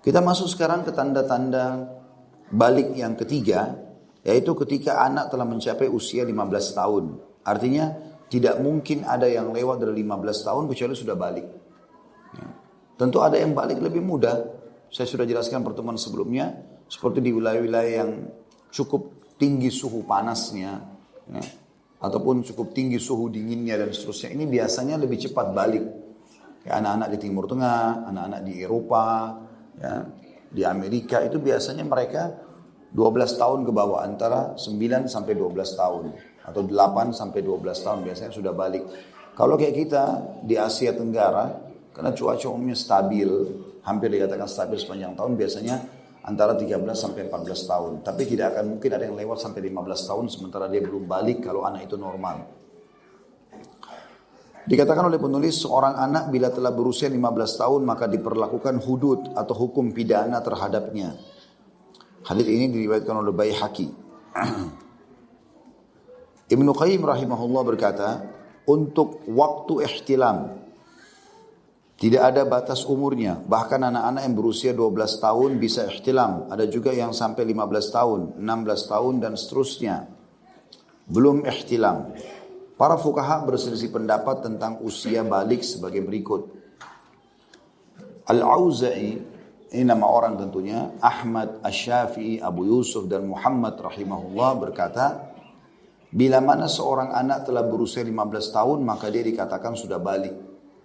Kita masuk sekarang ke tanda-tanda balik yang ketiga, yaitu ketika anak telah mencapai usia 15 tahun. Artinya tidak mungkin ada yang lewat dari 15 tahun kecuali sudah balik. Ya. Tentu ada yang balik lebih muda. Saya sudah jelaskan pertemuan sebelumnya, seperti di wilayah-wilayah yang cukup tinggi suhu panasnya, ya, ataupun cukup tinggi suhu dinginnya dan seterusnya. Ini biasanya lebih cepat balik. Ya, anak-anak di Timur Tengah, anak-anak di Eropa, ya, di Amerika itu biasanya mereka 12 tahun ke bawah, antara 9 sampai 12 tahun atau 8 sampai 12 tahun biasanya sudah balik. Kalau kayak kita di Asia Tenggara, karena cuaca umumnya stabil, hampir dikatakan stabil sepanjang tahun, biasanya antara 13 sampai 14 tahun. Tapi tidak akan mungkin ada yang lewat sampai 15 tahun sementara dia belum balik kalau anak itu normal. Dikatakan oleh penulis, seorang anak bila telah berusia 15 tahun maka diperlakukan hudud atau hukum pidana terhadapnya. Hadits ini diriwayatkan oleh Baihaqi. Ibnu Qayyim rahimahullah berkata, untuk waktu ihtilam tidak ada batas umurnya. Bahkan anak-anak yang berusia 12 tahun bisa ihtilam. Ada juga yang sampai 15 tahun, 16 tahun dan seterusnya belum ihtilam. Para fuqaha berselisih pendapat tentang usia balik sebagai berikut. Al-Auza'i, ini nama orang tentunya, Ahmad, Asy-Syafi'i, Abu Yusuf dan Muhammad rahimahullah berkata, bila mana seorang anak telah berusia 15 tahun maka dia dikatakan sudah balik.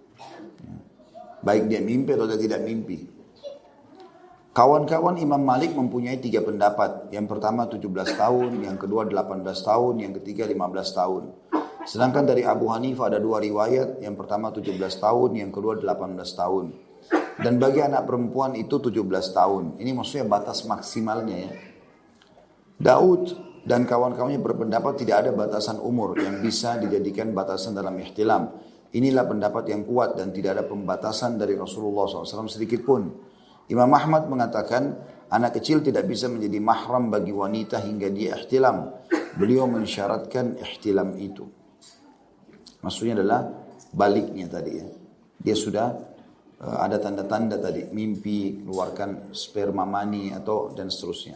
Baik dia mimpi atau dia tidak mimpi. Kawan-kawan Imam Malik mempunyai 3 pendapat. Yang pertama 17 tahun, yang kedua 18 tahun, yang ketiga 15 tahun. Sedangkan dari Abu Hanifah ada 2 riwayat, yang pertama 17 tahun, yang kedua 18 tahun. Dan bagi anak perempuan itu 17 tahun. Ini maksudnya batas maksimalnya ya. Daud dan kawan-kawannya berpendapat tidak ada batasan umur yang bisa dijadikan batasan dalam ihtilam. Inilah pendapat yang kuat dan tidak ada pembatasan dari Rasulullah SAW sedikit pun. Imam Ahmad mengatakan anak kecil tidak bisa menjadi mahram bagi wanita hingga dia ihtilam. Beliau mensyaratkan ihtilam itu. Maksudnya adalah baliknya tadi ya. Dia sudah ada tanda-tanda tadi, mimpi, keluarkan sperma mani atau dan seterusnya.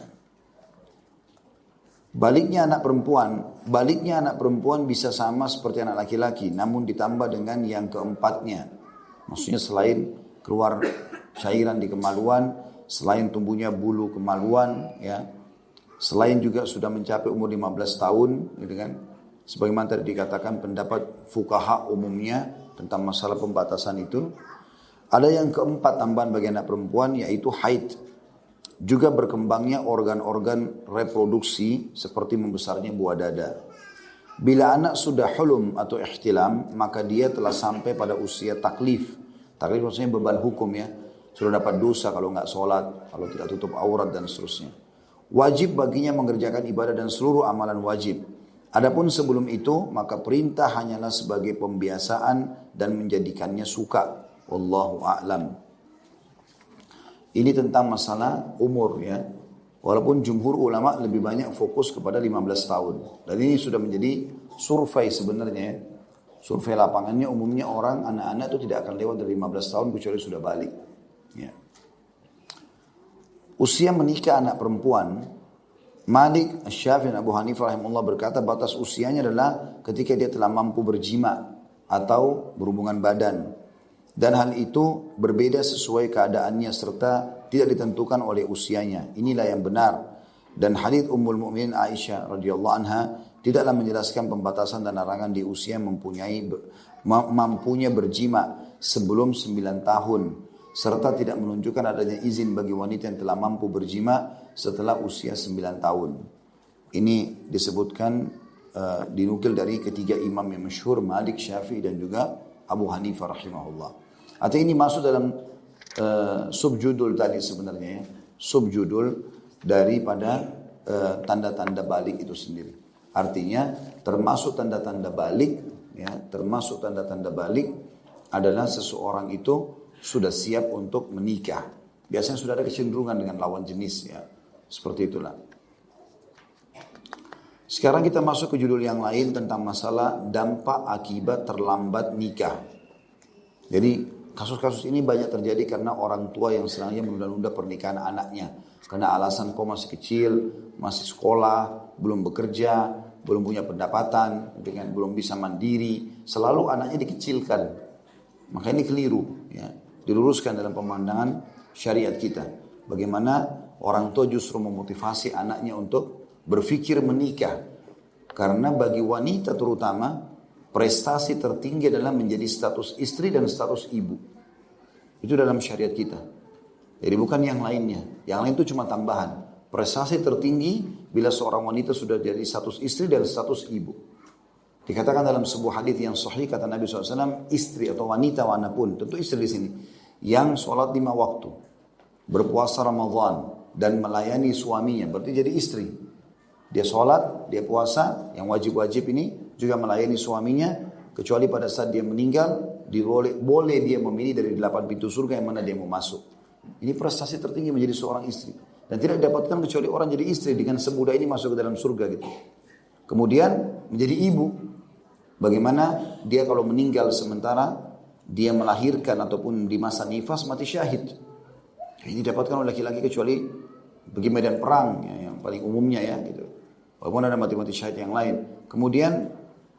Baliknya anak perempuan bisa sama seperti anak laki-laki, namun ditambah dengan yang keempatnya. Maksudnya selain keluar cairan di kemaluan, selain tumbuhnya bulu kemaluan, ya, selain juga sudah mencapai umur 15 tahun, gitu kan? Sebagaimana tadi dikatakan pendapat fuqaha umumnya tentang masalah pembatasan itu. Ada yang keempat tambahan bagi anak perempuan yaitu haid. Juga berkembangnya organ-organ reproduksi seperti membesarnya buah dada. Bila anak sudah hulum atau ihtilam maka dia telah sampai pada usia taklif. Taklif maksudnya beban hukum ya. Sudah dapat dosa kalau enggak sholat, kalau tidak tutup aurat dan seterusnya. Wajib baginya mengerjakan ibadah dan seluruh amalan wajib. Adapun sebelum itu maka perintah hanyalah sebagai pembiasaan dan menjadikannya suka. Wallahu a'lam. Ini tentang masalah umur ya. Walaupun jumhur ulama lebih banyak fokus kepada 15 tahun. Dan ini sudah menjadi survei sebenarnya ya. Survei lapangannya umumnya orang anak-anak itu tidak akan lewat dari 15 tahun kecuali sudah balik. Ya. Usia menikah anak perempuan, Malik, Syafi'i dan Abu Hanifah rahimahullah berkata batas usianya adalah ketika dia telah mampu berjima atau berhubungan badan. Dan hal itu berbeda sesuai keadaannya serta tidak ditentukan oleh usianya. Inilah yang benar. Dan hadits Ummul Mukminin Aisyah radhiyallahu anha tidaklah menjelaskan pembatasan dan larangan di usia mampunya berjima sebelum 9 tahun. Serta tidak menunjukkan adanya izin bagi wanita yang telah mampu berjima setelah usia 9 tahun. Ini disebutkan dinukil dari ketiga imam yang masyhur Malik, Syafi'i dan juga Abu Hanifah rahimahullah. Artinya ini masuk dalam subjudul tadi sebenarnya ya. Subjudul daripada tanda-tanda balik itu sendiri. Artinya termasuk tanda-tanda balik ya, termasuk tanda-tanda balik adalah seseorang itu sudah siap untuk menikah. Biasanya sudah ada kecenderungan dengan lawan jenis ya. Seperti itulah. Sekarang kita masuk ke judul yang lain tentang masalah dampak akibat terlambat nikah. Jadi Kasus-kasus ini banyak terjadi karena orang tua yang sengaja menunda-nunda pernikahan anaknya. Karena alasan kau masih kecil, masih sekolah, belum bekerja, belum punya pendapatan, dengan belum bisa mandiri. Selalu anaknya dikecilkan. Maka ini keliru. Ya. Diluruskan dalam pemandangan syariat kita. Bagaimana orang tua justru memotivasi anaknya untuk berpikir menikah. Karena bagi wanita terutama, prestasi tertinggi adalah menjadi status istri dan status ibu. Itu dalam syariat kita. Jadi bukan yang lainnya. Yang lain itu cuma tambahan. Prestasi tertinggi bila seorang wanita sudah jadi status istri dan status ibu. Dikatakan dalam sebuah hadis yang sahih kata Nabi SAW, istri atau wanita manapun, tentu istri di sini, yang sholat 5 waktu, berpuasa Ramadan dan melayani suaminya, berarti jadi istri. Dia sholat, dia puasa, yang wajib-wajib ini juga melayani suaminya, kecuali pada saat dia meninggal, boleh dia memilih dari 8 pintu surga yang mana dia mau masuk. Ini prestasi tertinggi menjadi seorang istri. Dan tidak didapatkan kecuali orang jadi istri dengan semudah ini masuk ke dalam surga gitu. Kemudian menjadi ibu. Bagaimana dia kalau meninggal sementara dia melahirkan ataupun di masa nifas mati syahid. Ini didapatkan oleh laki-laki kecuali pergi medan perang ya, yang paling umumnya ya gitu. Walaupun ada mati-mati syahid yang lain. Kemudian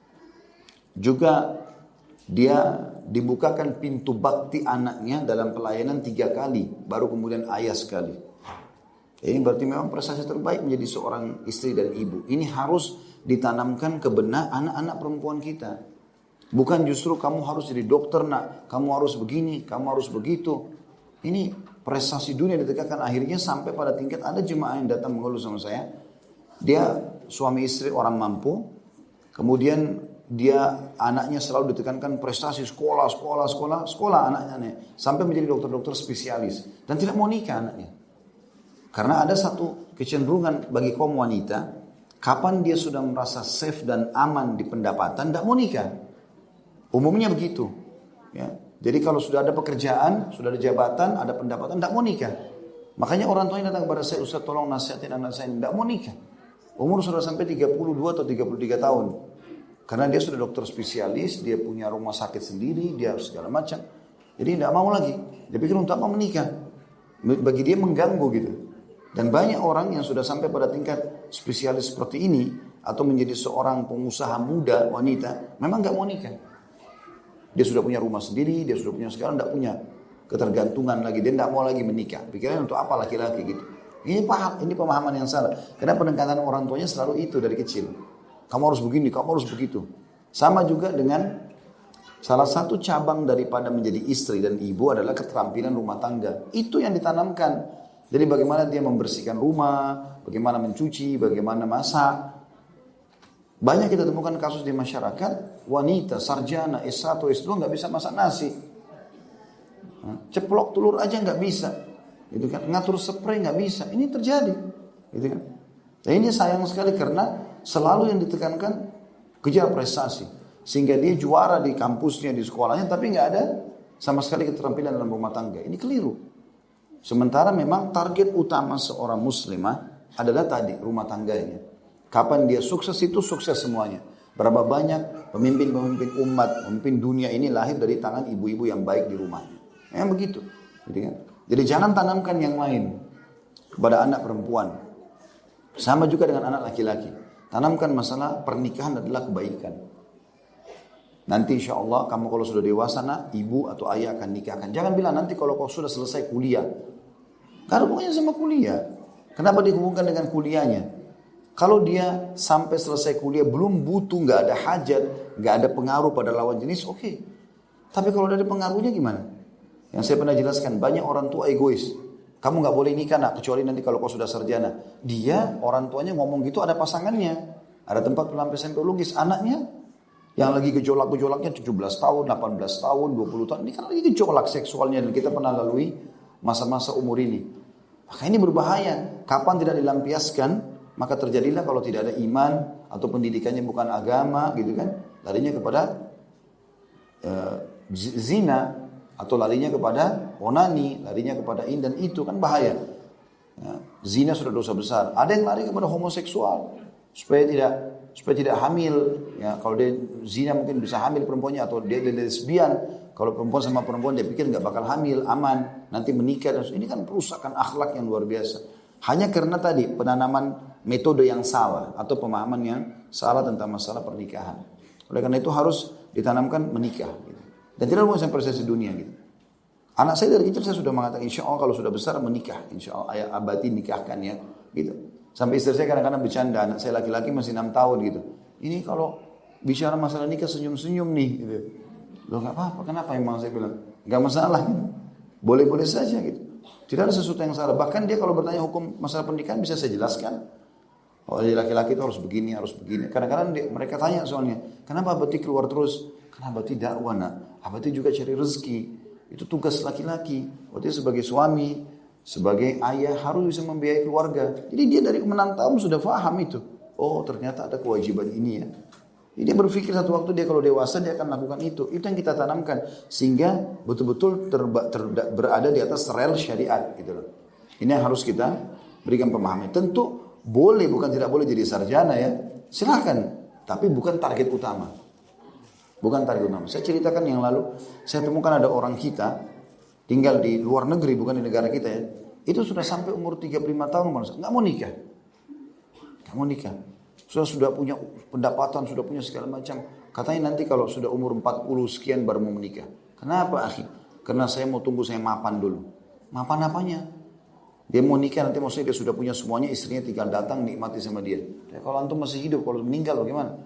juga dia dibukakan pintu bakti anaknya dalam pelayanan 3 kali, baru kemudian ayah sekali. Ini berarti memang prestasi terbaik menjadi seorang istri dan ibu. Ini harus ditanamkan ke benak anak-anak perempuan kita. Bukan justru kamu harus jadi dokter nak, kamu harus begini, kamu harus begitu. Ini prestasi dunia ditegakkan akhirnya sampai pada tingkat ada jemaah yang datang mengeluh sama saya. Dia suami istri orang mampu, kemudian dia anaknya selalu ditekankan prestasi sekolah anaknya sampai menjadi dokter-dokter spesialis dan tidak mau nikah anaknya. Karena ada satu kecenderungan bagi kaum wanita, kapan dia sudah merasa safe dan aman di pendapatan, tidak mau nikah. Umumnya begitu. Ya. Jadi kalau sudah ada pekerjaan, sudah ada jabatan, ada pendapatan, tidak mau nikah. Makanya orang tuanya datang kepada saya, Ustaz tolong nasihatin anak saya, tidak mau nikah. Umur sudah sampai 32 atau 33 tahun. Karena dia sudah dokter spesialis, dia punya rumah sakit sendiri, dia segala macam. Jadi tidak mau lagi. Dia pikir untuk apa menikah. Bagi dia mengganggu gitu. Dan banyak orang yang sudah sampai pada tingkat spesialis seperti ini, atau menjadi seorang pengusaha muda, wanita, memang nggak mau nikah. Dia sudah punya rumah sendiri, dia sudah punya sekarang, tidak punya ketergantungan lagi. Dia tidak mau lagi menikah. Pikirannya untuk apa laki-laki gitu. Ini pemahaman yang salah. Karena pendekatan orang tuanya selalu itu dari kecil. Kamu harus begini, kamu harus begitu. Sama juga dengan salah satu cabang daripada menjadi istri dan ibu adalah keterampilan rumah tangga. Itu yang ditanamkan. Jadi bagaimana dia membersihkan rumah, bagaimana mencuci, bagaimana masak. Banyak kita temukan kasus di masyarakat, wanita, sarjana, S1, S2 nggak bisa masak nasi. Ceplok telur aja nggak bisa. Gitu kan? Ngatur spray nggak bisa. Ini terjadi. Gitu kan? Dan ini sayang sekali karena selalu yang ditekankan kejar prestasi. Sehingga dia juara di kampusnya, di sekolahnya, tapi nggak ada sama sekali keterampilan dalam rumah tangga. Ini keliru. Sementara memang target utama seorang muslimah adalah tadi rumah tangganya. Kapan dia sukses itu sukses semuanya. Berapa banyak pemimpin-pemimpin umat, pemimpin dunia ini lahir dari tangan ibu-ibu yang baik di rumahnya. Memang begitu. Jadi jangan tanamkan yang lain kepada anak perempuan. Sama juga dengan anak laki-laki. Tanamkan masalah pernikahan adalah kebaikan. Nanti insya Allah kamu kalau sudah dewasa nak, ibu atau ayah akan nikahkan. Jangan bilang nanti kalau kau sudah selesai kuliah. Karena hubungannya sama kuliah. Kenapa dihubungkan dengan kuliahnya? Kalau dia sampai selesai kuliah belum butuh, nggak ada hajat, nggak ada pengaruh pada lawan jenis, oke. Tapi kalau ada pengaruhnya gimana? Yang saya pernah jelaskan, banyak orang tua egois. Kamu nggak boleh nikah nak, kecuali nanti kalau kau sudah sarjana. Dia, orang tuanya ngomong gitu ada pasangannya. Ada tempat pelampiasan biologis. Anaknya yang lagi gejolak-gejolaknya 17 tahun, 18 tahun, 20 tahun. Ini kan lagi gejolak seksualnya dan kita pernah lalui masa-masa umur ini. Maka ini berbahaya. Kapan tidak dilampiaskan, maka terjadilah kalau tidak ada iman atau pendidikannya bukan agama gitu kan. Larinya kepada zina. Atau larinya kepada onani, larinya kepada ini dan itu kan bahaya. Ya, zina sudah dosa besar. Ada yang lari kepada homoseksual supaya tidak supaya tidak hamil. Ya, kalau dia zina mungkin bisa hamil perempuannya, atau dia lesbian. Kalau perempuan sama perempuan dia pikir nggak bakal hamil, aman, nanti menikah. Ini kan perusakan akhlak yang luar biasa. Hanya karena tadi penanaman metode yang salah atau pemahaman yang salah tentang masalah pernikahan. Oleh karena itu harus ditanamkan menikah. Gitu. Dan tidak boleh sampai prestasi dunia gitu. Anak saya dari kecil saya sudah mengatakan insya Allah kalau sudah besar menikah. Insya Allah ayah abadi nikahkan ya. Gitu. Sampai istri saya kadang-kadang bercanda, anak saya laki-laki masih 6 tahun gitu. Ini kalau bicara masalah nikah senyum-senyum nih gitu. Loh gak apa-apa, kenapa emang saya bilang? Gak masalah gitu. Boleh-boleh saja gitu. Tidak ada sesuatu yang salah. Bahkan dia kalau bertanya hukum masalah pernikahan bisa saya jelaskan. Oh laki-laki itu harus begini, harus begini. Kadang-kadang mereka tanya soalnya, kenapa abadi keluar terus? Kenapa abadi dakwah nak? Abadi juga cari rezeki. Itu tugas laki-laki. Berarti sebagai suami, sebagai ayah harus bisa membiayai keluarga. Jadi dia dari 6 tahun sudah paham itu. Oh ternyata ada kewajiban ini ya. Jadi dia berpikir satu waktu dia kalau dewasa dia akan lakukan itu. Itu yang kita tanamkan. Sehingga betul-betul berada di atas rel syariat. Gitu loh. Ini yang harus kita berikan pemahaman. Tentu boleh, bukan tidak boleh jadi sarjana ya. Silakan. Tapi bukan target utama. Bukan target utama. Saya ceritakan yang lalu. Saya temukan ada orang kita. Tinggal di luar negeri, bukan di negara kita ya. Itu sudah sampai umur 35 tahun. Nggak mau nikah. Nggak mau nikah. Sudah punya pendapatan, sudah punya segala macam. Katanya nanti kalau sudah umur 40 sekian baru mau menikah. Kenapa akhi? Karena saya mau tunggu saya mapan dulu. Mapan apanya? Dia mau nikah nanti maksudnya dia sudah punya semuanya, istrinya tinggal datang nikmati sama dia. Ya, kalau antum masih hidup, kalau meninggal bagaimana?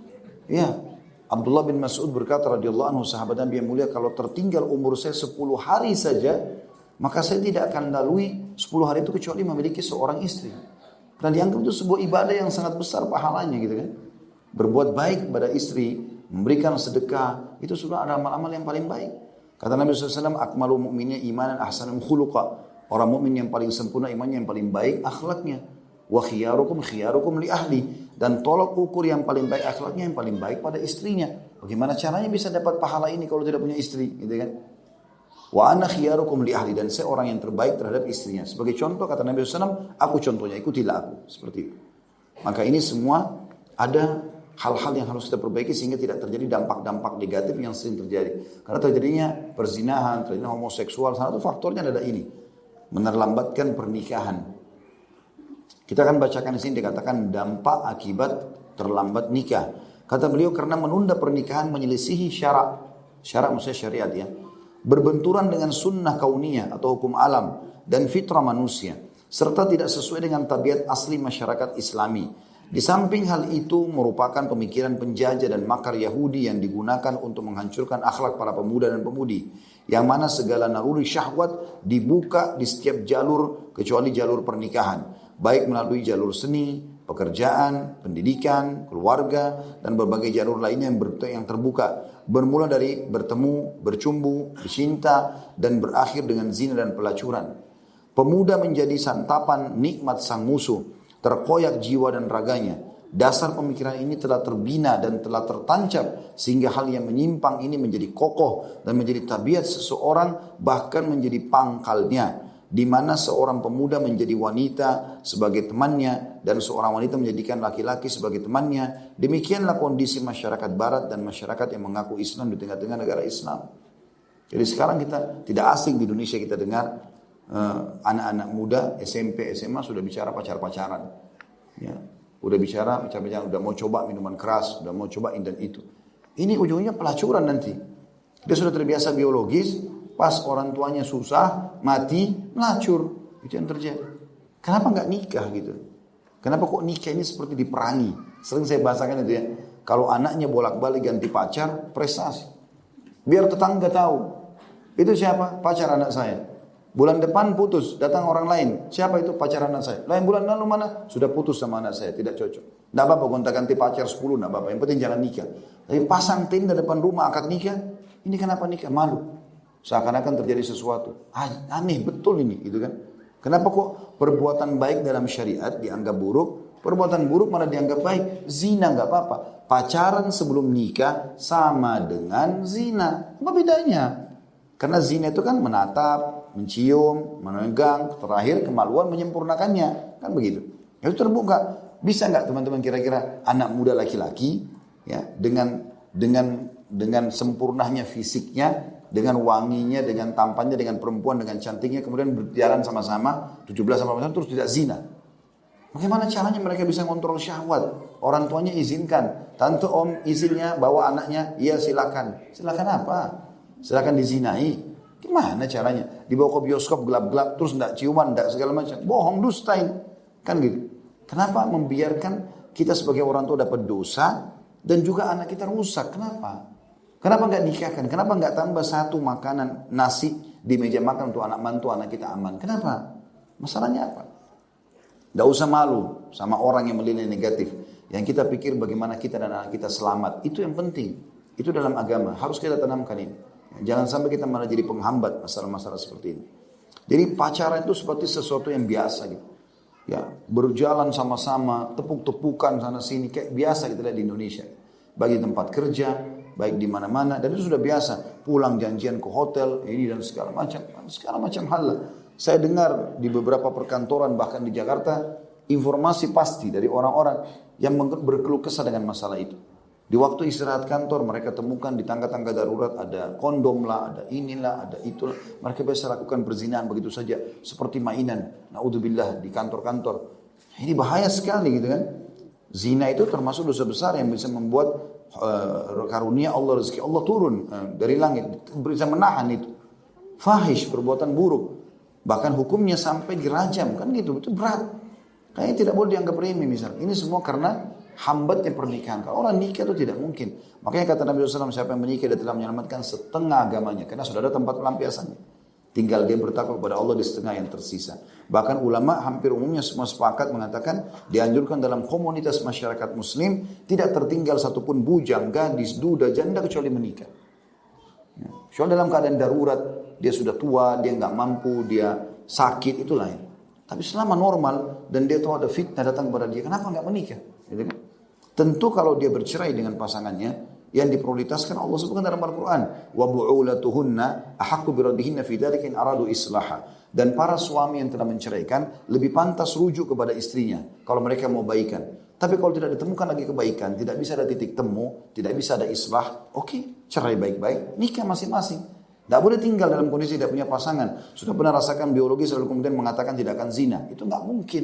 Ya, Abdullah bin Mas'ud berkata radhiyallahu anhu, sahabat Nabi yang mulia, kalau tertinggal umur saya 10 hari saja, maka saya tidak akan lalui 10 hari itu kecuali memiliki seorang istri. Dan dianggap itu sebuah ibadah yang sangat besar pahalanya gitu kan. Berbuat baik kepada istri, memberikan sedekah, itu sudah ada amal-amal yang paling baik. Kata Nabi SAW, akmalu mu'minnya imanan ahsanum khuluqa. Orang mukmin yang paling sempurna imannya, yang paling baik akhlaknya. Wa khiyarukum li ahli. Dan tolak ukur yang paling baik akhlaknya, yang paling baik pada istrinya. Bagaimana caranya bisa dapat pahala ini kalau tidak punya istri, gitu kan? Wa ana khiyarukum li ahli, dan saya orang yang terbaik terhadap istrinya. Sebagai contoh kata Nabi SAW, aku contohnya, ikutilah aku. Seperti itu. Maka ini semua ada hal-hal yang harus kita perbaiki sehingga tidak terjadi dampak-dampak negatif yang sering terjadi. Karena terjadinya perzinahan, terjadinya homoseksual, salah satu faktornya adalah ini. Menerlambatkan pernikahan. Kita akan bacakan di sini dikatakan dampak akibat terlambat nikah. Kata beliau karena menunda pernikahan menyelisihi syarak. Syarak maksudnya syariat ya. Berbenturan dengan sunnah kauniyah atau hukum alam dan fitrah manusia, serta tidak sesuai dengan tabiat asli masyarakat Islami. Di samping hal itu merupakan pemikiran penjajah dan makar Yahudi yang digunakan untuk menghancurkan akhlak para pemuda dan pemudi, yang mana segala naluri syahwat dibuka di setiap jalur kecuali jalur pernikahan, baik melalui jalur seni, pekerjaan, pendidikan, keluarga, dan berbagai jalur lainnya yang terbuka, bermula dari bertemu, bercumbu, bercinta, dan berakhir dengan zina dan pelacuran. Pemuda menjadi santapan nikmat sang musuh, terkoyak jiwa dan raganya. Dasar pemikiran ini telah terbina dan telah tertancap, sehingga hal yang menyimpang ini menjadi kokoh dan menjadi tabiat seseorang, bahkan menjadi pangkalnya, di mana seorang pemuda menjadi wanita sebagai temannya dan seorang wanita menjadikan laki-laki sebagai temannya. Demikianlah kondisi masyarakat barat dan masyarakat yang mengaku Islam di tengah-tengah negara Islam. Jadi sekarang kita tidak asing di Indonesia kita dengar anak-anak muda SMP, SMA sudah bicara pacar-pacaran. Ya, udah bicara pacar-pacaran, udah mau coba minuman keras, udah mau coba ini dan itu. Ini ujungnya pelacuran nanti. Dia sudah terbiasa biologis, pas orang tuanya susah, mati, melacur. Itu yang terjadi. Kenapa nggak nikah gitu? Kenapa kok nikah ini seperti diperangi? Sering saya bahasakan itu ya. Kalau anaknya bolak-balik ganti pacar, prestasi. Biar tetangga tahu. Itu siapa? Pacar anak saya. Bulan depan putus, datang orang lain. Siapa itu? Pacar anak saya. Lain bulan lalu mana? Sudah putus sama anak saya, tidak cocok. Tidak apa-apa, gonta-ganti pacar 10, tidak apa-apa. Yang penting jangan nikah. Tapi pasang tenda depan rumah akad nikah, ini kenapa nikah? Malu. Seakan-akan terjadi sesuatu. Aneh betul ini, gitu kan? Kenapa kok perbuatan baik dalam syariat dianggap buruk, perbuatan buruk malah dianggap baik? Zina nggak apa-apa. Pacaran sebelum nikah sama dengan zina. Apa bedanya? Karena zina itu kan menatap, mencium, memegang, terakhir kemaluan menyempurnakannya, kan begitu. Itu terbuka. Bisa nggak teman-teman kira-kira anak muda laki-laki ya dengan sempurnanya fisiknya, dengan wanginya, dengan tampannya, dengan perempuan, dengan cantiknya, kemudian berjalan sama-sama 17-18 terus tidak zina. Bagaimana caranya mereka bisa kontrol syahwat? Orang tuanya izinkan, tante om izinnya bawa anaknya, iya silakan. Silakan apa? Silakan dizinai. Gimana caranya? Dibawa ke bioskop gelap-gelap terus enggak ciuman, enggak segala macam. Bohong, dustain. Kan gitu. Kenapa membiarkan kita sebagai orang tua dapat dosa dan juga anak kita rusak? Kenapa? Kenapa enggak nikahkan? Kenapa enggak tambah satu makanan nasi di meja makan untuk anak mantu anak kita aman? Kenapa? Masalahnya apa? Enggak usah malu sama orang yang menilai negatif. Yang kita pikir bagaimana kita dan anak kita selamat. Itu yang penting. Itu dalam agama. Harus kita tanamkan ini. Jangan sampai kita malah jadi penghambat masalah-masalah seperti ini. Jadi pacaran itu seperti sesuatu yang biasa gitu. Ya, berjalan sama-sama, tepuk-tepukan sana sini kayak biasa kita lihat di Indonesia. Bagi tempat kerja, baik di mana-mana, dan itu sudah biasa. Pulang janjian ke hotel, ini dan segala macam hal lah. Saya dengar di beberapa perkantoran bahkan di Jakarta informasi pasti dari orang-orang yang berkeluh kesah dengan masalah itu. Di waktu istirahat kantor mereka temukan di tangga-tangga darurat ada kondom lah, ada inilah, ada itulah. Mereka biasa lakukan perzinahan begitu saja seperti mainan. Naudzubillah di kantor-kantor. Ini bahaya sekali gitu kan. Zina itu termasuk dosa besar yang bisa membuat karunia Allah, rezeki Allah turun dari langit, bisa menahan itu. Fahish, perbuatan buruk. Bahkan hukumnya sampai dirajam kan gitu, itu berat. Kayaknya tidak boleh dianggap remeh misalnya. Ini semua karena hambatnya pernikahan. Kalau orang nikah itu tidak mungkin. Makanya kata Nabi SAW, siapa yang menikah dia telah menyelamatkan setengah agamanya. Karena sudah ada tempat pelampiasannya. Tinggal dia bertakwa kepada Allah di setengah yang tersisa. Bahkan ulama hampir umumnya semua sepakat mengatakan dianjurkan dalam komunitas masyarakat muslim tidak tertinggal satupun bujang, gadis, duda, janda kecuali menikah. Ya. Soal dalam keadaan darurat, dia sudah tua, dia nggak mampu, dia sakit, itu lain. Tapi selama normal dan dia tahu ada fitnah datang kepada dia, kenapa nggak menikah? Gitu kan? Tentu kalau dia bercerai dengan pasangannya, yang diprioritaskan Allah sebutkan dalam Al-Quran, wa bu'ulatuhunna ahaqqu biraddihinna fi dzalika in aradu islaha. Dan para suami yang telah menceraikan lebih pantas rujuk kepada istrinya kalau mereka mau baikan. Tapi kalau tidak ditemukan lagi kebaikan, tidak bisa ada titik temu, tidak bisa ada islah, oke, cerai baik-baik, nikah masing-masing. Tidak boleh tinggal dalam kondisi tidak punya pasangan. Sudah pernah rasakan biologis lalu kemudian mengatakan tidak akan zina. Itu nggak mungkin.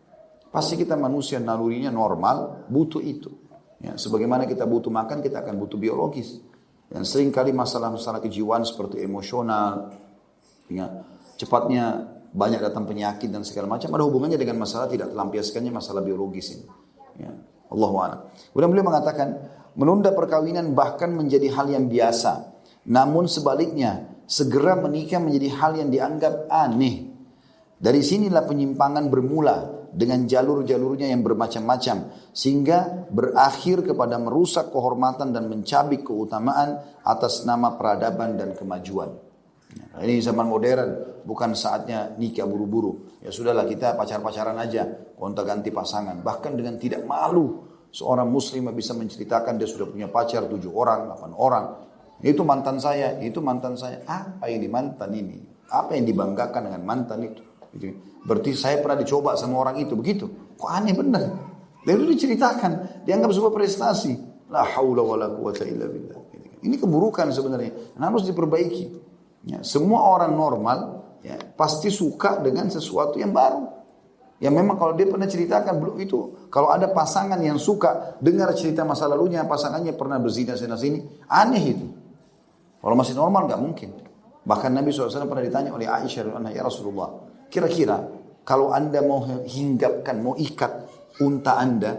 Pasti kita manusia nalurinya normal, butuh itu. Ya, sebagaimana kita butuh makan, kita akan butuh biologis. Dan seringkali masalah-masalah kejiwaan seperti emosional, ya, cepatnya banyak datang penyakit dan segala macam, ada hubungannya dengan masalah tidak terlampiaskannya masalah biologis ini. Ya, Allahu a'lam. Kemudian beliau mengatakan, menunda perkawinan bahkan menjadi hal yang biasa. Namun sebaliknya, segera menikah menjadi hal yang dianggap aneh. Dari sinilah penyimpangan bermula dengan jalur-jalurnya yang bermacam-macam sehingga berakhir kepada merusak kehormatan dan mencabik keutamaan atas nama peradaban dan kemajuan. Nah, ini zaman modern, bukan saatnya nikah buru-buru. Ya sudahlah, kita pacar-pacaran aja, gonta-ganti pasangan. Bahkan dengan tidak malu, seorang muslim bisa menceritakan dia sudah punya pacar 7 orang, 8 orang. Itu mantan saya, itu mantan saya. Apa ini mantan ini? Apa yang dibanggakan dengan mantan itu? Berarti saya pernah dicoba sama orang itu, begitu. Kok aneh benar. Dan itu diceritakan, dianggap sebuah prestasi. La haula wala quwata illa billah. Ini keburukan sebenarnya, dan harus diperbaiki. Ya, semua orang normal ya, pasti suka dengan sesuatu yang baru. Ya memang kalau dia pernah ceritakan belum itu, kalau ada pasangan yang suka dengar cerita masa lalunya, pasangannya pernah berzina sana sini, aneh itu. Kalau masih normal nggak mungkin. Bahkan Nabi SAW pernah ditanya oleh Aisyah radhiyallahu anha, ya Rasulullah, kira-kira kalau anda mau hinggapkan, mau ikat unta anda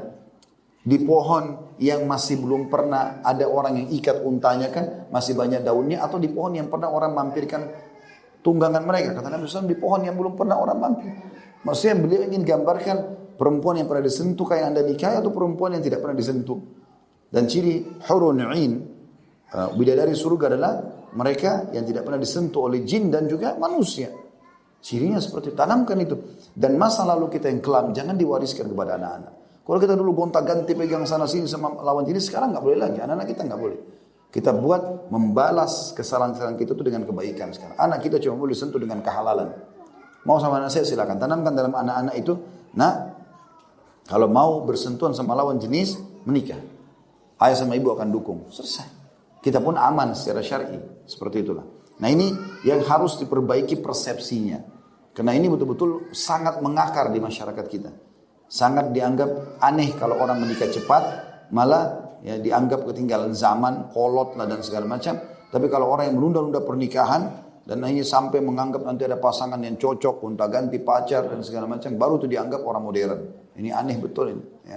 di pohon yang masih belum pernah ada orang yang ikat untanya kan, masih banyak daunnya, atau di pohon yang pernah orang mampirkan tunggangan mereka. Kata Nabi SAW, di pohon yang belum pernah orang mampir. Maksudnya beliau ingin gambarkan perempuan yang pernah disentuh kayak anda nikahi atau perempuan yang tidak pernah disentuh. Dan ciri hurun 'ain, bidadari surga adalah mereka yang tidak pernah disentuh oleh jin dan juga manusia. Cirinya seperti tanamkan itu. Dan masa lalu kita yang kelam jangan diwariskan kepada anak-anak. Kalau kita dulu gonta-ganti pegang sana sini sama lawan jenis, sekarang nggak boleh lagi. Anak-anak kita nggak boleh. Kita buat membalas kesalahan-kesalahan kita itu dengan kebaikan sekarang. Anak kita cuma boleh sentuh dengan kehalalan. Mau sama anak saya silakan tanamkan dalam anak-anak itu. Nah, Kalau mau bersentuhan sama lawan jenis, menikah. Ayah sama ibu akan dukung. Selesai. Kita pun aman secara syar'i. Seperti itulah. Nah ini yang harus diperbaiki persepsinya. Karena ini betul-betul sangat mengakar di masyarakat kita. Sangat dianggap aneh kalau orang menikah cepat. Malah ya, dianggap ketinggalan zaman, kolot lah dan segala macam. Tapi kalau orang yang menunda-nunda pernikahan dan hanya sampai menganggap nanti ada pasangan yang cocok, gonta ganti pacar dan segala macam, baru itu dianggap orang modern. Ini aneh betul ini. Ya.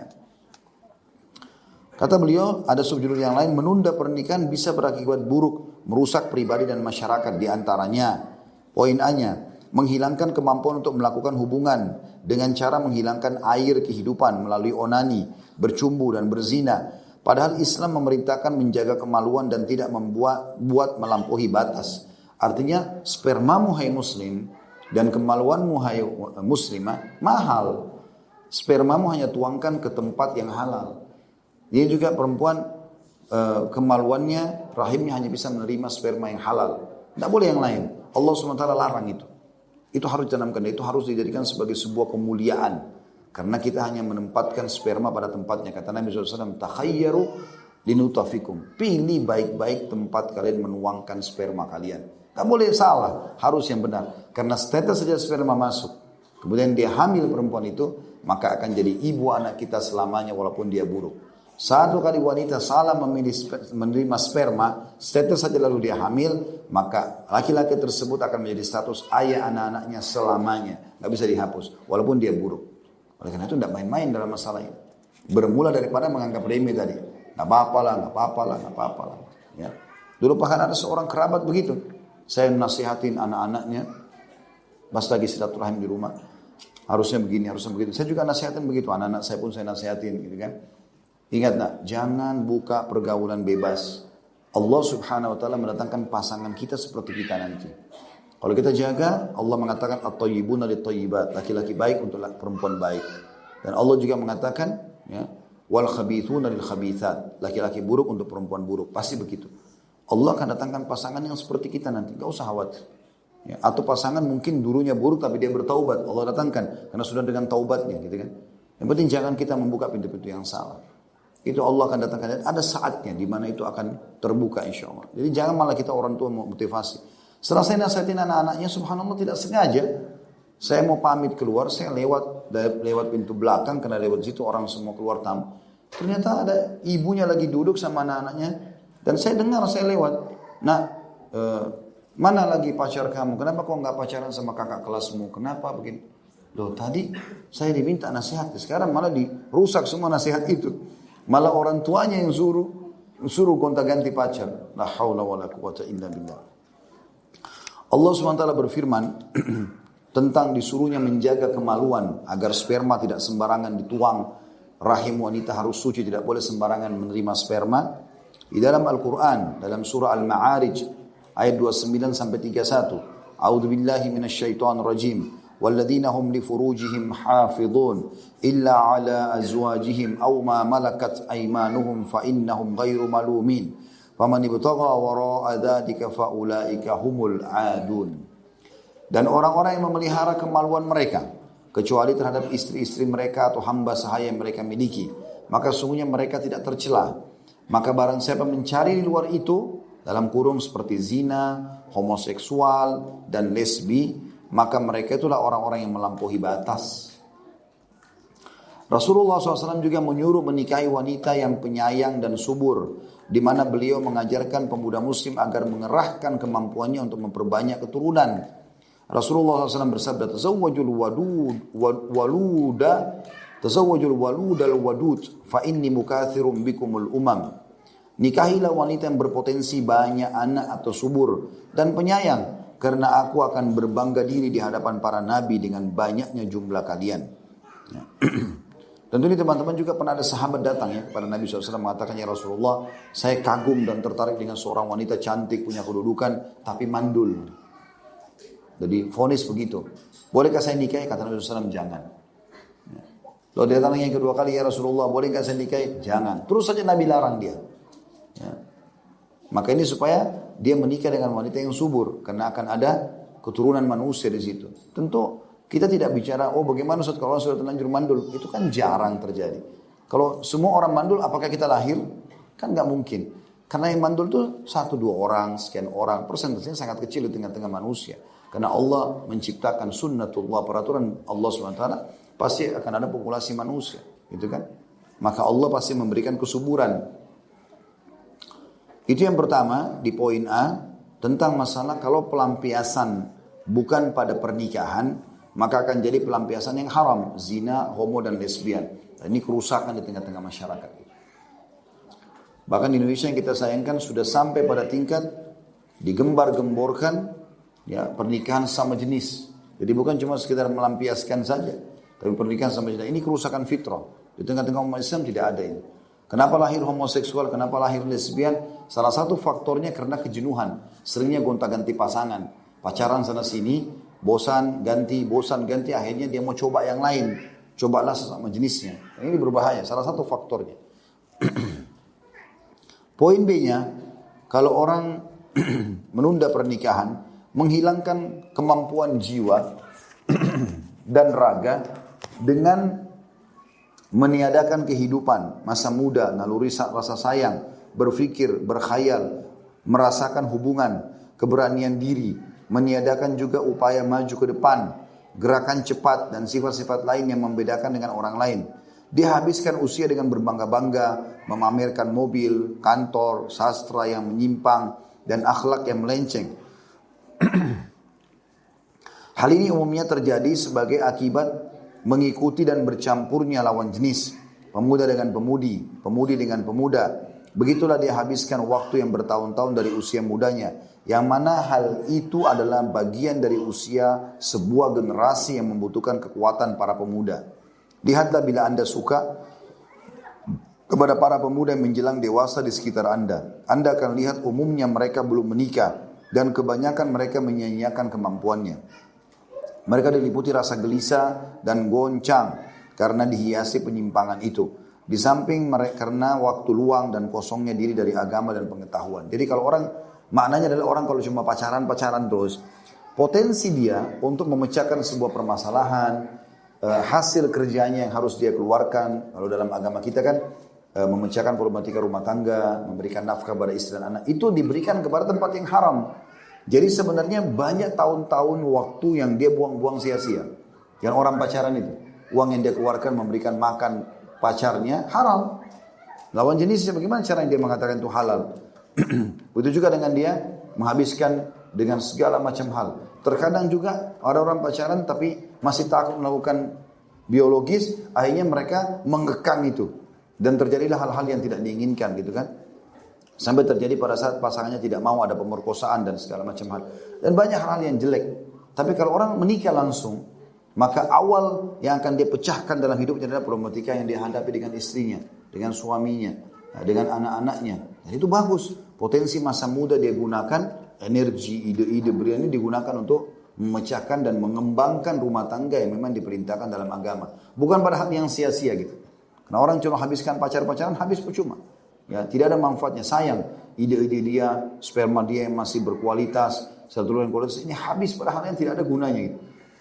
Kata beliau, ada subjudul yang lain, menunda pernikahan bisa berakibat buruk, merusak pribadi dan masyarakat. Di antaranya, poin A-nya, menghilangkan kemampuan untuk melakukan hubungan dengan cara menghilangkan air kehidupan melalui onani, bercumbu dan berzina. Padahal Islam memerintahkan menjaga kemaluan dan tidak membuat melampaui batas. Artinya spermamu hai muslim dan kemaluanmu hai muslimah mahal. Spermamu hanya tuangkan ke tempat yang halal. Dia juga perempuan kemaluannya, rahimnya hanya bisa menerima sperma yang halal. Tidak boleh yang lain. Allah SWT larang itu. Itu harus ditanamkan. Itu harus dijadikan sebagai sebuah kemuliaan. Karena kita hanya menempatkan sperma pada tempatnya. Kata Nabi SAW, takhayyaru linutafikum. Pilih baik-baik tempat kalian menuangkan sperma kalian. Tak boleh salah, harus yang benar. Karena status saja sperma masuk. Kemudian dia hamil perempuan itu, maka akan jadi ibu anak kita selamanya walaupun dia buruk. Satu kali wanita salah menerima sperma, status saja lalu dia hamil, maka laki-laki tersebut akan menjadi status ayah anak-anaknya selamanya. Gak bisa dihapus, walaupun dia buruk. Oleh karena itu tidak main-main dalam masalah ini. Bermula daripada menganggap remeh tadi. Gak apa-apa lah, gak apa-apa lah, gak apa-apa lah. Ya. Dulu bahkan ada seorang kerabat begitu. Saya nasihatin anak-anaknya, pas lagi silaturahim di rumah. Harusnya begini, harusnya begitu. Saya juga nasihatin begitu. Anak-anak saya pun saya nasihatin gitu kan. Ingat nak, jangan buka pergaulan bebas. Allah Subhanahu wa taala mendatangkan pasangan kita seperti kita nanti. Kalau kita jaga, Allah mengatakan at-thayyibuna lit-thayyibat, laki-laki baik untuk perempuan baik. Dan Allah juga mengatakan ya, wal khabithuna lil khabithat, laki-laki buruk untuk perempuan buruk. Pasti begitu. Allah akan datangkan pasangan yang seperti kita nanti, enggak usah khawatir. Ya, atau pasangan mungkin dulunya buruk tapi dia bertaubat, Allah datangkan karena sudah dengan taubatnya gitu kan. Yang penting jangan kita membuka pintu-pintu yang salah. Itu Allah akan datangkan. Dan ada saatnya di mana itu akan terbuka insya Allah. Jadi jangan malah kita orang tua motivasi. Setelah saya nasihatin anak-anaknya, subhanallah tidak sengaja. Saya mau pamit keluar, saya lewat pintu belakang, karena lewat situ orang semua keluar tamu. Ternyata ada ibunya lagi duduk sama anak-anaknya. Dan saya dengar, saya lewat. Nah, mana lagi pacar kamu? Kenapa kau nggak pacaran sama kakak kelasmu? Kenapa begini? Loh tadi saya diminta nasihat, sekarang malah dirusak semua nasihat itu. Malah orang tuanya yang suruh gonta-ganti pacar. La haula wala quwata illa billah. Allah SWT berfirman tentang disuruhnya menjaga kemaluan agar sperma tidak sembarangan dituang. Rahim wanita harus suci, tidak boleh sembarangan menerima sperma. Di dalam Al-Quran, dalam surah Al-Ma'arij ayat 29 sampai 31. A'udzu billahi minasyaitonir rajim. والذين هم لفروجهم حافظون إلا على أزواجهم أو ما ملكت أيمانهم فإنهم غير ملومين فمن ابتغى وراء ذلك فأولئك هم العادون. Dan orang-orang yang memelihara kemaluan mereka kecuali terhadap istri-istri mereka atau hamba sahaya yang mereka miliki, maka sungguhnya mereka tidak tercela. Maka barang siapa mencari di luar itu, dalam kurung seperti zina, homoseksual dan lesbi, maka mereka itulah orang-orang yang melampaui batas. Rasulullah SAW juga menyuruh menikahi wanita yang penyayang dan subur, di mana beliau mengajarkan pemuda muslim agar mengerahkan kemampuannya untuk memperbanyak keturunan. Rasulullah SAW bersabda, tazawwajul waludal wadud, fa inni mukathirum bikumul umam. Nikahilah wanita yang berpotensi banyak anak atau subur dan penyayang, karena aku akan berbangga diri di hadapan para nabi dengan banyaknya jumlah kalian. Ya. Tentu ini teman-teman juga pernah ada sahabat datang ya kepada Nabi SAW mengatakan, ya Rasulullah, saya kagum dan tertarik dengan seorang wanita cantik, punya kedudukan, tapi mandul. Jadi vonis begitu. Bolehkah saya nikahi? Kata Nabi SAW, jangan. Ya. Lalu dia datang yang kedua kali, ya Rasulullah, bolehkah saya nikahi? Jangan. Terus saja Nabi larang dia. Ya. Maka ini supaya dia menikah dengan wanita yang subur, karena akan ada keturunan manusia di situ. Tentu Kita tidak bicara, oh bagaimana Ustaz kalau orang sudah terlanjur mandul. Itu kan jarang terjadi. Kalau semua orang mandul, apakah kita lahir? Kan nggak mungkin. Karena yang mandul itu 1-2 orang, sekian orang. Persentasenya sangat kecil di tengah-tengah manusia. Karena Allah menciptakan sunnatullah, peraturan Allah SWT, pasti akan ada populasi manusia. Gitu kan? Maka Allah pasti memberikan kesuburan. Itu yang pertama di poin A, tentang masalah kalau pelampiasan bukan pada pernikahan, maka akan jadi pelampiasan yang haram, zina, homo dan lesbian. Dan ini kerusakan di tengah-tengah masyarakat. Bahkan di Indonesia yang kita sayangkan sudah sampai pada tingkat digembar-gemborkan ya pernikahan sama jenis. Jadi bukan cuma sekedar melampiaskan saja, tapi pernikahan sama jenis. Ini kerusakan fitrah. Di tengah-tengah umat Islam tidak ada ini. Kenapa lahir homoseksual? Kenapa lahir lesbian? Salah satu faktornya karena kejenuhan. Seringnya gonta-ganti pasangan. Pacaran sana sini, bosan ganti, akhirnya dia mau coba yang lain. Cobalah sesama jenisnya. Ini berbahaya, salah satu faktornya. Poin B-nya, kalau orang menunda pernikahan, menghilangkan kemampuan jiwa dan raga dengan meniadakan kehidupan, masa muda, naluri rasa sayang, berpikir, berkhayal, merasakan hubungan, keberanian diri, meniadakan juga upaya maju ke depan, gerakan cepat dan sifat-sifat lain yang membedakan dengan orang lain. Dia habiskan usia dengan berbangga-bangga, memamerkan mobil, kantor, sastra yang menyimpang, dan akhlak yang melenceng. Hal ini umumnya terjadi sebagai akibat mengikuti dan bercampurnya lawan jenis, pemuda dengan pemudi, pemudi dengan pemuda. Begitulah dia habiskan waktu yang bertahun-tahun dari usia mudanya, yang mana hal itu adalah bagian dari usia sebuah generasi yang membutuhkan kekuatan para pemuda. Lihatlah bila Anda suka kepada para pemuda yang menjelang dewasa di sekitar Anda. Anda akan lihat umumnya mereka belum menikah dan kebanyakan mereka menyia-nyiakan kemampuannya. Mereka diliputi rasa gelisah dan goncang karena dihiasi penyimpangan itu. Di samping mereka karena waktu luang dan kosongnya diri dari agama dan pengetahuan. Jadi kalau orang, maknanya adalah orang kalau cuma pacaran terus, potensi dia untuk memecahkan sebuah permasalahan, hasil kerjanya yang harus dia keluarkan. Kalau dalam agama kita kan memecahkan problematika rumah tangga, memberikan nafkah pada istri dan anak, itu diberikan kepada tempat yang haram. Jadi sebenarnya banyak tahun-tahun waktu yang dia buang-buang sia-sia. Yang orang pacaran itu, uang yang dia keluarkan memberikan makan pacarnya haram. Lawan jenisnya bagaimana cara yang dia mengatakan itu halal? Begitu juga dengan dia menghabiskan dengan segala macam hal. Terkadang juga ada orang pacaran tapi masih takut melakukan biologis, akhirnya mereka mengekang itu. Dan terjadilah hal-hal yang tidak diinginkan gitu kan. Sampai terjadi pada saat pasangannya tidak mau, ada pemerkosaan dan segala macam hal. Dan banyak hal yang jelek. Tapi kalau orang menikah langsung, maka awal yang akan dia pecahkan dalam hidupnya adalah problematika yang dia hadapi dengan istrinya, dengan suaminya, dengan anak-anaknya. Dan itu bagus. Potensi masa muda dia gunakan, energi, ide-ide berian ini digunakan untuk memecahkan dan mengembangkan rumah tangga yang memang diperintahkan dalam agama. Bukan pada hal yang sia-sia gitu. Karena orang cuma habiskan pacaran, habis percuma. Ya, tidak ada manfaatnya. Sayang, ide-ide dia, sperma dia yang masih berkualitas, satu yang kualitas, ini habis pada hal yang tidak ada gunanya gitu.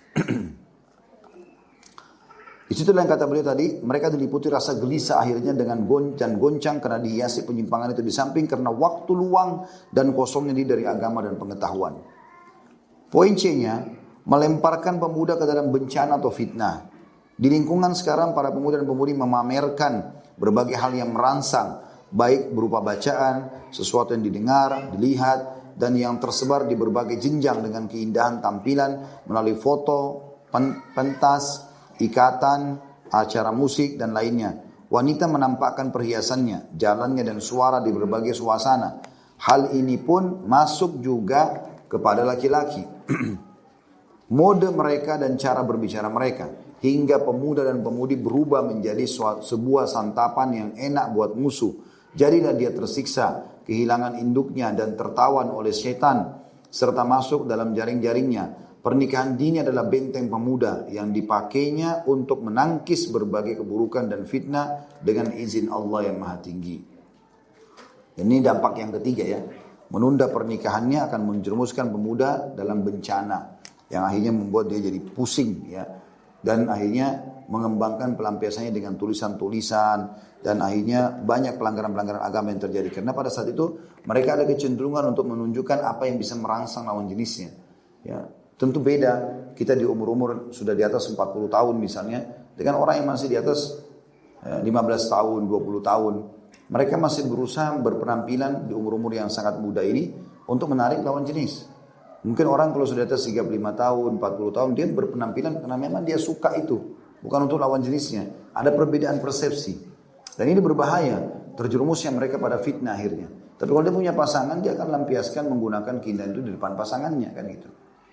Itulah yang kata beliau tadi, mereka diliputi rasa gelisah akhirnya dengan goncang karena dihiasi penyimpangan itu, di samping karena waktu luang dan kosongnya dari agama dan pengetahuan. Poin C-nya, melemparkan pemuda ke dalam bencana atau fitnah. Di lingkungan sekarang para pemuda dan pemudi memamerkan berbagai hal yang merangsang, baik berupa bacaan, sesuatu yang didengar, dilihat, dan yang tersebar di berbagai jenjang dengan keindahan tampilan melalui foto, pentas, ikatan, acara musik, dan lainnya. Wanita menampakkan perhiasannya, jalannya, dan suara di berbagai suasana. Hal ini pun masuk juga kepada laki-laki. Mode mereka dan cara berbicara mereka, hingga pemuda dan pemudi berubah menjadi sebuah santapan yang enak buat musuh. Jadilah dia tersiksa, kehilangan induknya dan tertawan oleh setan, serta masuk dalam jaring-jaringnya. Pernikahan dini adalah benteng pemuda yang dipakainya untuk menangkis berbagai keburukan dan fitnah dengan izin Allah yang Maha Tinggi. Ini dampak yang ketiga ya. Menunda pernikahannya akan menjerumuskan pemuda dalam bencana. yang akhirnya membuat dia jadi pusing ya, dan akhirnya mengembangkan pelampiasannya dengan tulisan-tulisan, dan akhirnya banyak pelanggaran-pelanggaran agama yang terjadi karena pada saat itu mereka ada kecenderungan untuk menunjukkan apa yang bisa merangsang lawan jenisnya ya. Tentu beda kita di umur-umur sudah di atas 40 tahun misalnya dengan orang yang masih di atas 15 tahun, 20 tahun. Mereka masih berusaha berpenampilan di umur-umur yang sangat muda ini untuk menarik lawan jenis. Mungkin orang kalau sudah atas 35 tahun, 40 tahun, dia berpenampilan karena memang dia suka itu. Bukan untuk lawan jenisnya. Ada perbedaan persepsi. Dan ini berbahaya. Terjerumusnya mereka pada fitnah akhirnya. Tapi kalau dia punya pasangan, dia akan lampiaskan menggunakan keindahan itu di depan pasangannya. Kan gitu.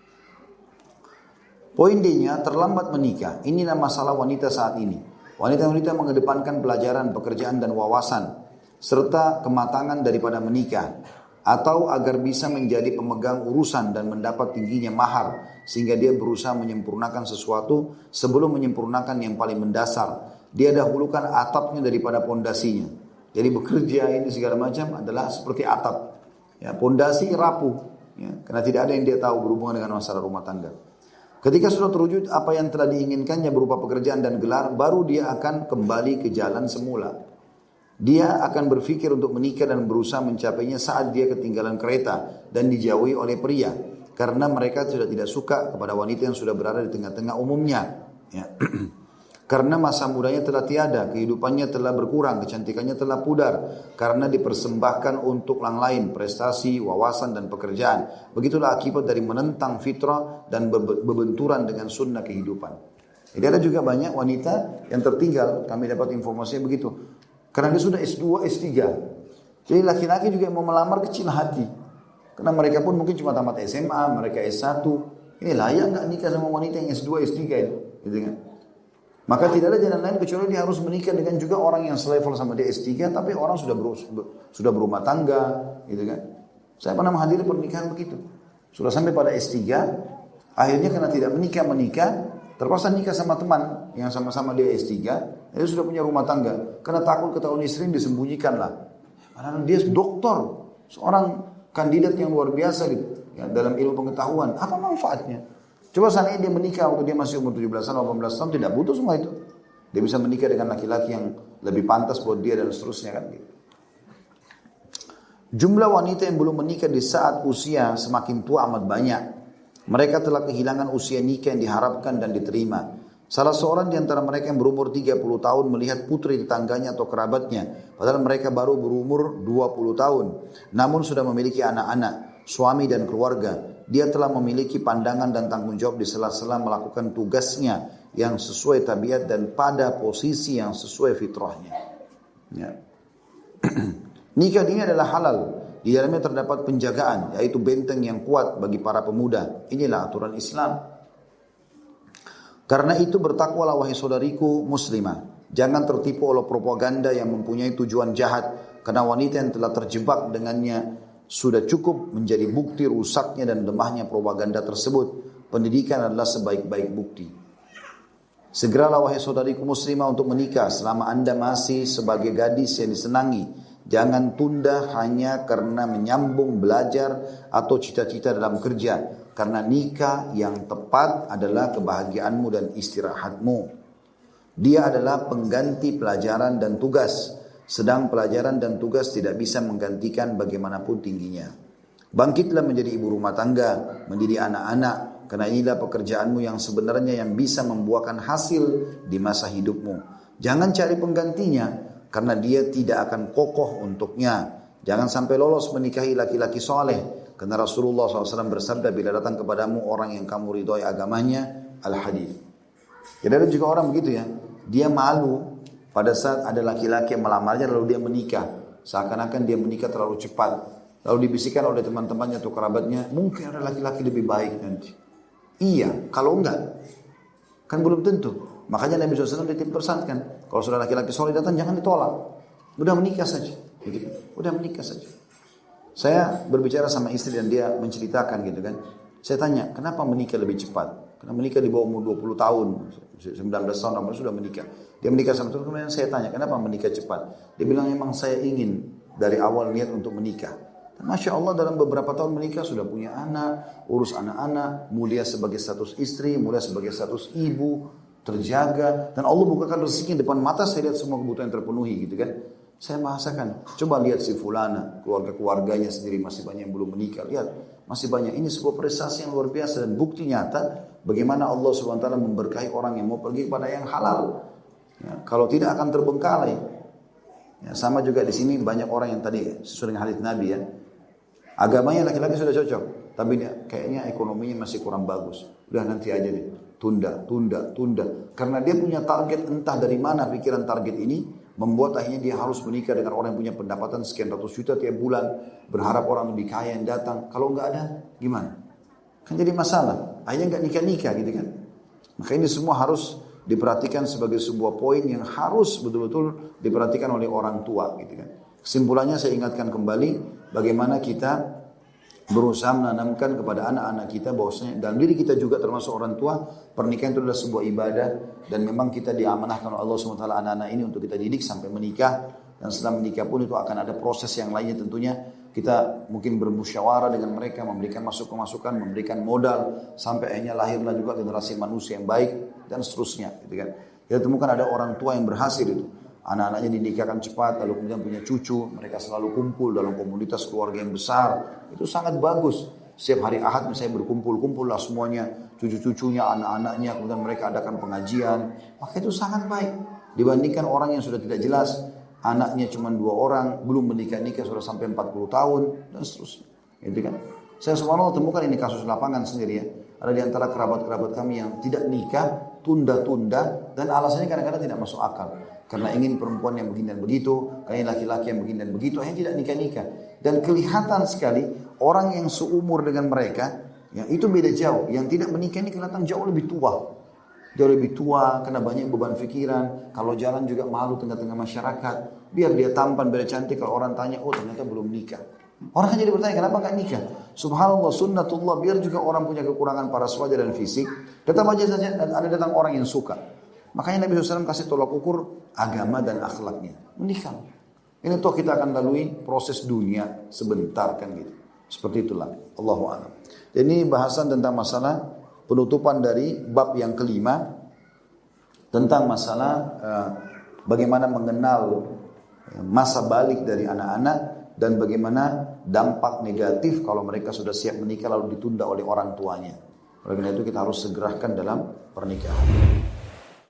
Poin D-nya, terlambat menikah. Inilah masalah wanita saat ini. Wanita-wanita mengedepankan pelajaran, pekerjaan dan wawasan. Serta kematangan daripada menikah. Atau agar bisa menjadi pemegang urusan dan mendapat tingginya mahar. Sehingga dia berusaha menyempurnakan sesuatu sebelum menyempurnakan yang paling mendasar. Dia dahulukan atapnya daripada pondasinya. Jadi bekerja ini segala macam adalah seperti atap. Ya, pondasi rapuh. Ya, karena tidak ada yang dia tahu berhubungan dengan masalah rumah tangga. Ketika sudah terwujud apa yang telah diinginkannya berupa pekerjaan dan gelar, baru dia akan kembali ke jalan semula. Dia akan berpikir untuk menikah dan berusaha mencapainya saat dia ketinggalan kereta dan dijauhi oleh pria. Karena mereka sudah tidak suka kepada wanita yang sudah berada di tengah-tengah umumnya. Ya. Karena masa mudanya telah tiada, kehidupannya telah berkurang, kecantikannya telah pudar. Karena dipersembahkan untuk orang lain, prestasi, wawasan dan pekerjaan. Begitulah akibat dari menentang fitrah dan berbenturan dengan sunnah kehidupan. Jadi ada juga banyak wanita yang tertinggal, kami dapat informasinya begitu. Karena dia sudah S2, S3. Jadi laki-laki juga yang mau melamar kecil hati. Karena mereka pun mungkin cuma tamat SMA, mereka S1. Ini layak nggak nikah sama wanita yang S2, S3 itu? Gitu kan? Maka tidak ada jalan lain kecuali dia harus menikah dengan juga orang yang selevel sama dia S3, tapi orang sudah berumah tangga, gitu kan. Saya pernah menghadiri pernikahan begitu. Sudah sampai pada S3, akhirnya karena tidak menikah, terpaksa nikah sama teman yang sama-sama dia S3, dia sudah punya rumah tangga. Karena takut ketahuan istri disembunyikan lah. Padahal dia doktor, seorang kandidat yang luar biasa gitu, ya, dalam ilmu pengetahuan. Apa manfaatnya? Coba seandainya dia menikah waktu dia masih umur 17 tahun, 18 tahun, tidak butuh semua itu. Dia bisa menikah dengan laki-laki yang lebih pantas buat dia dan seterusnya kan gitu. Jumlah wanita yang belum menikah di saat usia semakin tua amat banyak. Mereka telah kehilangan usia nikah yang diharapkan dan diterima. Salah seorang di antara mereka yang berumur 30 tahun melihat putri tetangganya atau kerabatnya. Padahal mereka baru berumur 20 tahun. Namun sudah memiliki anak-anak, suami dan keluarga. Dia telah memiliki pandangan dan tanggung jawab di sela-sela melakukan tugasnya yang sesuai tabiat dan pada posisi yang sesuai fitrahnya. Ya. Nikah ini adalah halal. Di dalamnya terdapat penjagaan, yaitu benteng yang kuat bagi para pemuda. Inilah aturan Islam. Karena itu bertakwalah wahai saudariku muslimah. Jangan tertipu oleh propaganda yang mempunyai tujuan jahat. Karena wanita yang telah terjebak dengannya sudah cukup menjadi bukti rusaknya dan lemahnya propaganda tersebut. Pendidikan adalah sebaik-baik bukti. Segeralah wahai saudariku muslimah untuk menikah selama anda masih sebagai gadis yang disenangi. Jangan tunda hanya karena menyambung belajar atau cita-cita dalam kerja. Karena nikah yang tepat adalah kebahagiaanmu dan istirahatmu. Dia adalah pengganti pelajaran dan tugas. Sedang pelajaran dan tugas tidak bisa menggantikan bagaimanapun tingginya. Bangkitlah menjadi ibu rumah tangga, mendidik anak-anak, karena inilah pekerjaanmu yang sebenarnya yang bisa membuahkan hasil di masa hidupmu. Jangan cari penggantinya, karena dia tidak akan kokoh untuknya. Jangan sampai lolos menikahi laki-laki soleh, karena Rasulullah SAW bersabda, bila datang kepadamu orang yang kamu ridhoi agamanya, al-hadith. Jadi ada juga orang begitu ya, dia malu pada saat ada laki-laki yang melamarnya lalu dia menikah. Seakan-akan dia menikah terlalu cepat. Lalu dibisikkan oleh teman-temannya atau kerabatnya, mungkin ada laki-laki lebih baik nanti. Iya, kalau enggak, kan belum tentu. Makanya Nabi SAW dipesankan, kalau sudah laki-laki soleh datang jangan ditolak. Udah menikah saja. Gitu. Udah menikah saja. Saya berbicara sama istri dan dia menceritakan gitu kan. Saya tanya, kenapa menikah lebih cepat? Karena menikah di bawah umur 20 tahun, 19 tahun, sudah menikah. Dia menikah sama itu, kemudian saya tanya, kenapa menikah cepat? Dia bilang, memang saya ingin dari awal niat untuk menikah. Masya Allah dalam beberapa tahun menikah sudah punya anak, urus anak-anak, mulia sebagai status istri, mulia sebagai status ibu, terjaga. Dan Allah bukakan rezeki depan mata, saya lihat semua kebutuhan terpenuhi gitu kan. Saya bahasakan, coba lihat si fulana, keluarga-keluarganya sendiri masih banyak yang belum menikah. Lihat, masih banyak. Ini sebuah prestasi yang luar biasa dan bukti nyata bagaimana Allah SWT memberkahi orang yang mau pergi kepada yang halal. Ya, kalau tidak akan terbengkalai. Ya, sama juga di sini banyak orang yang tadi sesuai dengan hadis Nabi ya. Agamanya laki-laki sudah cocok, tapi dia kayaknya ekonominya masih kurang bagus. Udah nanti aja deh, tunda. Karena dia punya target, entah dari mana pikiran target ini, membuat akhirnya dia harus menikah dengan orang yang punya pendapatan sekian ratus juta tiap bulan, berharap orang lebih kaya yang datang. Kalau nggak ada, gimana? Kan jadi masalah. Akhirnya nggak nikah gitu kan. Maka ini semua harus diperhatikan sebagai sebuah poin yang harus betul-betul diperhatikan oleh orang tua gitu kan. Kesimpulannya saya ingatkan kembali bagaimana kita berusaha menanamkan kepada anak-anak kita bahwasanya dalam diri kita juga termasuk orang tua, pernikahan itu adalah sebuah ibadah dan memang kita diamanahkan oleh Allah SWT anak-anak ini untuk kita didik sampai menikah, dan setelah menikah pun itu akan ada proses yang lainnya tentunya. Kita mungkin bermusyawarah dengan mereka, memberikan masukan-masukan, memberikan modal sampai akhirnya lahirlah juga generasi manusia yang baik dan seterusnya gitu kan. Kita temukan ada orang tua yang berhasil itu. Anak-anaknya dinikahkan cepat, lalu kemudian punya cucu. Mereka selalu kumpul dalam komunitas keluarga yang besar. Itu sangat bagus. Setiap hari Ahad misalnya berkumpul-kumpul lah semuanya. Cucu-cucunya, anak-anaknya, kemudian mereka adakan pengajian. Maka itu sangat baik. Dibandingkan orang yang sudah tidak jelas. Anaknya cuma 2 orang, belum menikah-nikah sudah sampai 40 tahun, dan seterusnya. Gitu kan? Saya subhanallah temukan ini kasus lapangan sendiri ya. Ada di antara kerabat-kerabat kami yang tidak nikah, tunda-tunda, dan alasannya kadang-kadang tidak masuk akal. Karena ingin perempuan yang begini dan begitu, karena laki-laki yang begini dan begitu, akhirnya tidak nikah-nikah. Dan kelihatan sekali orang yang seumur dengan mereka, yang itu beda jauh. Yang tidak menikah ini kelihatan jauh lebih tua. Jauh lebih tua, karena banyak beban pikiran. Kalau jalan juga malu tengah-tengah masyarakat. Biar dia tampan, biar cantik, kalau orang tanya, oh ternyata belum nikah. Orang kan jadi bertanya, kenapa gak nikah? Subhanallah, sunnatullah, biar juga orang punya kekurangan paras wajah dan fisik. Tetap aja saja ada datang orang yang suka. Makanya Nabi SAW kasih tolak ukur agama dan akhlaknya. Menikah. Ini toh kita akan lalui proses dunia sebentar kan gitu. Seperti itulah. Allahu a'lam. Ini bahasan tentang masalah penutupan dari bab yang kelima. Tentang masalah bagaimana mengenal masa balik dari anak-anak. Dan bagaimana dampak negatif kalau mereka sudah siap menikah lalu ditunda oleh orang tuanya. Oleh karena itu kita harus segerakan dalam pernikahan.